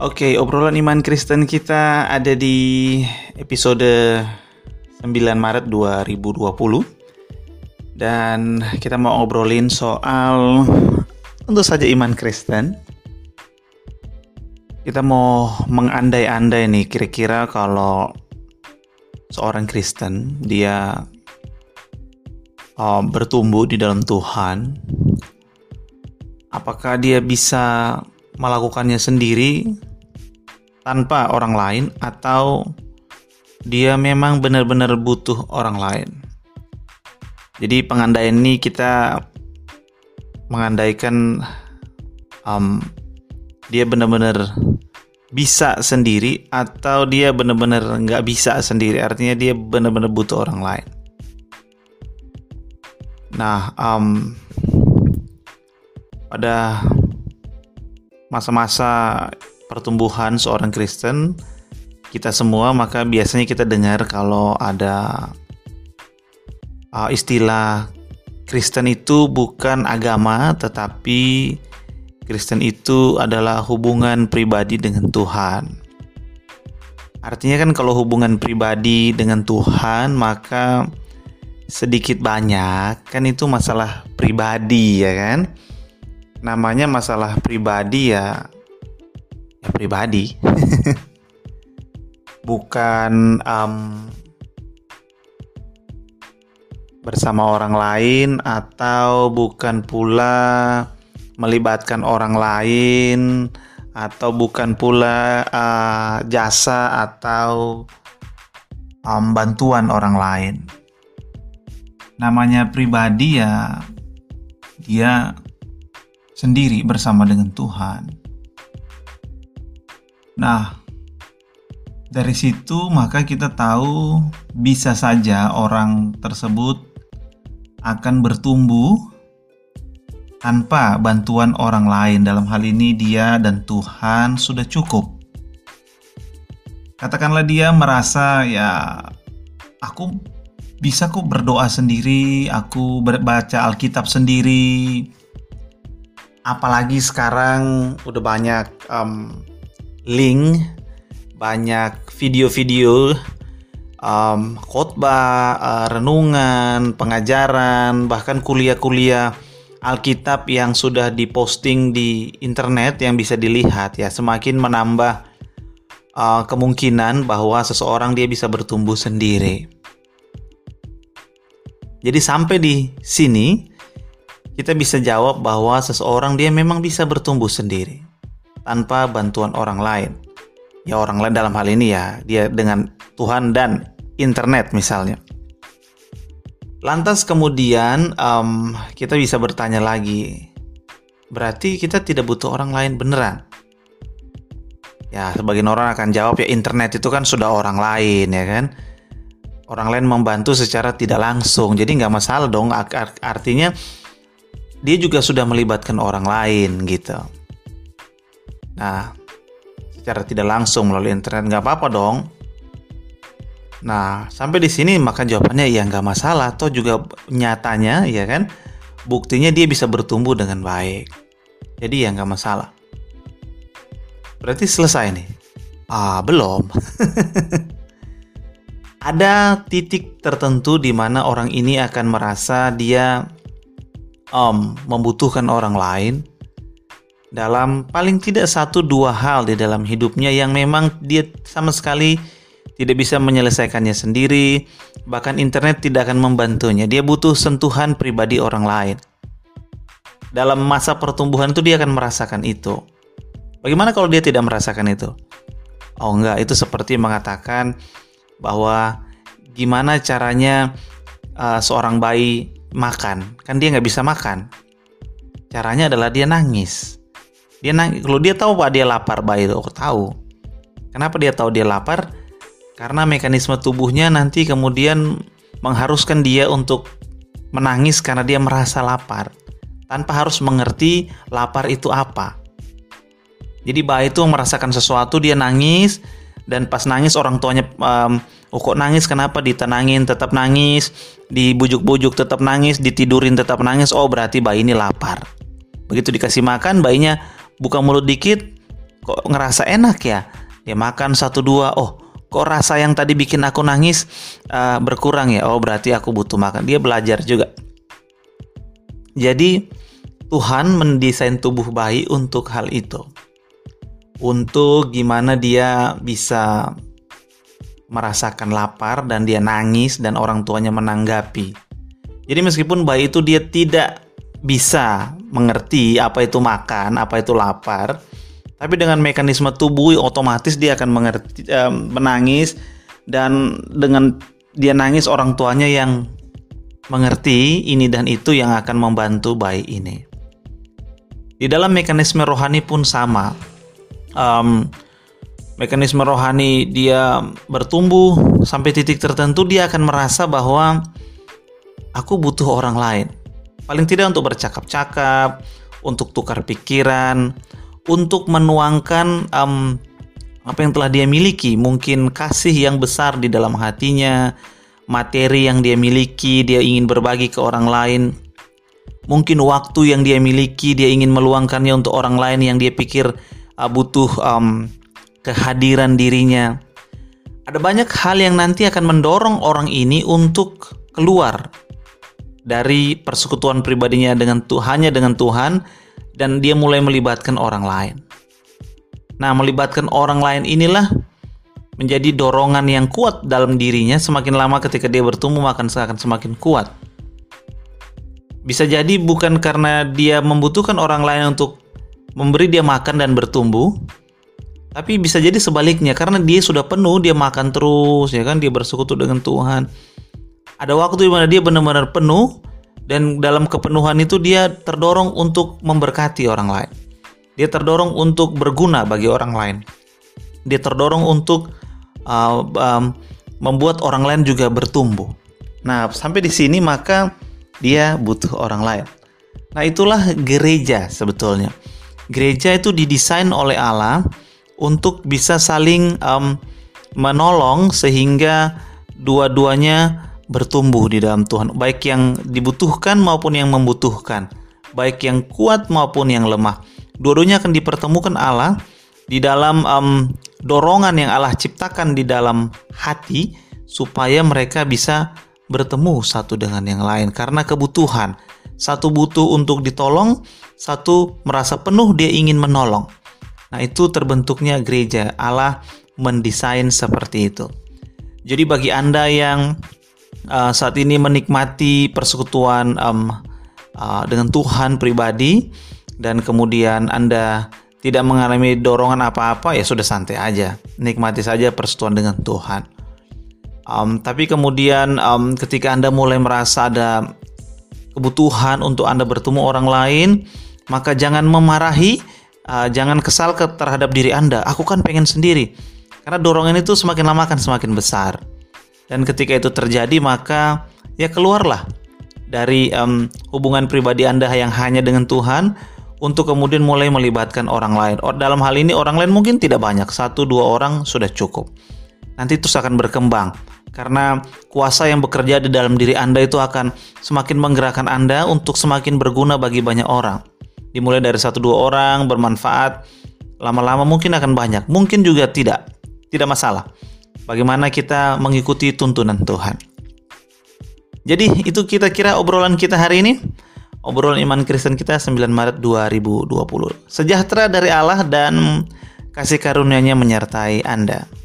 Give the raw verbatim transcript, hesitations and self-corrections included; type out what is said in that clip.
Oke, obrolan iman Kristen kita ada di episode sembilan Maret dua ribu dua puluh. Dan kita mau ngobrolin soal tentu saja iman Kristen. Kita mau mengandai-andai nih, kira-kira kalau seorang Kristen dia uh, bertumbuh di dalam Tuhan, apakah dia bisa melakukannya sendiri tanpa orang lain, atau dia memang benar-benar butuh orang lain? Jadi pengandaian ini kita mengandaikan um, dia benar-benar bisa sendiri atau dia benar-benar nggak bisa sendiri. Artinya dia benar-benar butuh orang lain. Nah, um, pada masa-masa pertumbuhan seorang Kristen, kita semua maka biasanya kita dengar kalau ada uh, istilah Kristen itu bukan agama, tetapi Kristen itu adalah hubungan pribadi dengan Tuhan. Artinya kan kalau hubungan pribadi dengan Tuhan, maka sedikit banyak kan itu masalah pribadi, ya kan? Namanya masalah pribadi ya, ya pribadi. Bukan um, bersama orang lain, atau bukan pula melibatkan orang lain, atau bukan pula uh, jasa atau um, bantuan orang lain. Namanya pribadi ya dia sendiri bersama dengan Tuhan. Nah, dari situ maka kita tahu bisa saja orang tersebut akan bertumbuh tanpa bantuan orang lain. Dalam hal ini dia dan Tuhan sudah cukup. Katakanlah dia merasa ya aku bisa kok berdoa sendiri, aku baca Alkitab sendiri. Apalagi sekarang udah banyak um, link, banyak video-video, um, khotbah, uh, renungan, pengajaran, bahkan kuliah-kuliah Alkitab yang sudah diposting di internet yang bisa dilihat, ya semakin menambah uh, kemungkinan bahwa seseorang dia bisa bertumbuh sendiri. Jadi sampai di sini kita bisa jawab bahwa seseorang dia memang bisa bertumbuh sendiri tanpa bantuan orang lain. Ya orang lain dalam hal ini ya dia dengan Tuhan dan internet misalnya. Lantas kemudian um, kita bisa bertanya lagi, berarti kita tidak butuh orang lain beneran? Ya sebagian orang akan jawab ya internet itu kan sudah orang lain, ya kan? Orang lain membantu secara tidak langsung, jadi nggak masalah dong. Artinya dia juga sudah melibatkan orang lain gitu. Nah, secara tidak langsung melalui internet nggak apa-apa dong. Nah, sampai di sini maka jawabannya ya nggak masalah. Toh juga nyatanya ya kan, buktinya dia bisa bertumbuh dengan baik. Jadi ya nggak masalah. Berarti selesai nih? Ah, belum. Ada titik tertentu di mana orang ini akan merasa dia Um, membutuhkan orang lain dalam paling tidak satu dua hal di dalam hidupnya yang memang dia sama sekali tidak bisa menyelesaikannya sendiri, bahkan internet tidak akan membantunya. Dia butuh sentuhan pribadi orang lain. Dalam masa pertumbuhan itu dia akan merasakan itu. Bagaimana kalau dia tidak merasakan itu? Oh enggak, itu seperti mengatakan bahwa gimana caranya uh, seorang bayi makan, kan dia nggak bisa makan. Caranya adalah dia nangis. Dia nangis. Kalau dia tahu pak dia lapar, bayi itu tahu. Kenapa dia tahu dia lapar? Karena mekanisme tubuhnya nanti kemudian mengharuskan dia untuk menangis karena dia merasa lapar, tanpa harus mengerti lapar itu apa. Jadi bayi itu merasakan sesuatu, dia nangis, dan pas nangis orang tuanya um, oh kok nangis, kenapa, ditenangin tetap nangis, dibujuk-bujuk tetap nangis, ditidurin tetap nangis. Oh berarti bayi ini lapar. Begitu dikasih makan, bayinya buka mulut dikit, kok ngerasa enak ya. Dia makan satu dua, oh kok rasa yang tadi bikin aku nangis uh, berkurang ya. Oh berarti aku butuh makan. Dia belajar juga. Jadi Tuhan mendesain tubuh bayi untuk hal itu. Untuk gimana dia bisa merasakan lapar dan dia nangis dan orang tuanya menanggapi. Jadi meskipun bayi itu dia tidak bisa mengerti apa itu makan, apa itu lapar, tapi dengan mekanisme tubuh otomatis dia akan mengerti, eh, menangis, dan dengan dia nangis orang tuanya yang mengerti ini dan itu yang akan membantu bayi ini. Di dalam mekanisme rohani pun sama. Um, mekanisme rohani dia bertumbuh sampai titik tertentu, dia akan merasa bahwa aku butuh orang lain. Paling tidak untuk bercakap-cakap, untuk tukar pikiran, untuk menuangkan um, apa yang telah dia miliki. Mungkin kasih yang besar di dalam hatinya, materi yang dia miliki, dia ingin berbagi ke orang lain. Mungkin waktu yang dia miliki, dia ingin meluangkannya untuk orang lain yang dia pikir uh, butuh um, kehadiran dirinya. Ada banyak hal yang nanti akan mendorong orang ini untuk keluar dari persekutuan pribadinya dengan Tuhannya, dengan Tuhan, dan dia mulai melibatkan orang lain. Nah, melibatkan orang lain inilah menjadi dorongan yang kuat dalam dirinya. Semakin lama ketika dia bertumbuh, akan akan semakin kuat. Bisa jadi bukan karena dia membutuhkan orang lain untuk memberi dia makan dan bertumbuh, tapi bisa jadi sebaliknya, karena dia sudah penuh, dia makan terus, ya kan, dia bersekutu dengan Tuhan. Ada waktu di mana dia benar-benar penuh, dan dalam kepenuhan itu dia terdorong untuk memberkati orang lain. Dia terdorong untuk berguna bagi orang lain. Dia terdorong untuk uh, um, membuat orang lain juga bertumbuh. Nah, sampai di sini maka dia butuh orang lain. Nah, itulah gereja sebetulnya. Gereja itu didesain oleh Allah untuk bisa saling um, menolong sehingga dua-duanya bertumbuh di dalam Tuhan, baik yang dibutuhkan maupun yang membutuhkan, baik yang kuat maupun yang lemah. Dua-duanya akan dipertemukan Allah di dalam um, dorongan yang Allah ciptakan di dalam hati, supaya mereka bisa bertemu satu dengan yang lain karena kebutuhan. Satu butuh untuk ditolong, satu merasa penuh dia ingin menolong. Nah, itu terbentuknya gereja. Allah mendesain seperti itu. Jadi bagi Anda yang uh, saat ini menikmati persekutuan um, uh, dengan Tuhan pribadi, dan kemudian Anda tidak mengalami dorongan apa-apa, ya sudah, santai aja, nikmati saja persekutuan dengan Tuhan. Um, tapi kemudian um, ketika Anda mulai merasa ada kebutuhan untuk Anda bertemu orang lain, maka jangan memarahi, uh, jangan kesal ke terhadap diri Anda. Aku kan pengen sendiri. Karena dorongan itu semakin lama akan semakin besar. Dan ketika itu terjadi, maka ya keluarlah dari um, hubungan pribadi Anda yang hanya dengan Tuhan, untuk kemudian mulai melibatkan orang lain. Dalam hal ini orang lain mungkin tidak banyak, satu dua orang sudah cukup. Nanti terus akan berkembang, karena kuasa yang bekerja di dalam diri Anda itu akan semakin menggerakkan Anda untuk semakin berguna bagi banyak orang. Dimulai dari satu dua orang bermanfaat, lama-lama mungkin akan banyak, mungkin juga tidak. Tidak masalah. Bagaimana kita mengikuti tuntunan Tuhan. Jadi itu kita kira obrolan kita hari ini. Obrolan iman Kristen kita sembilan Maret dua ribu dua puluh. Sejahtera dari Allah dan kasih karunia-Nya menyertai Anda.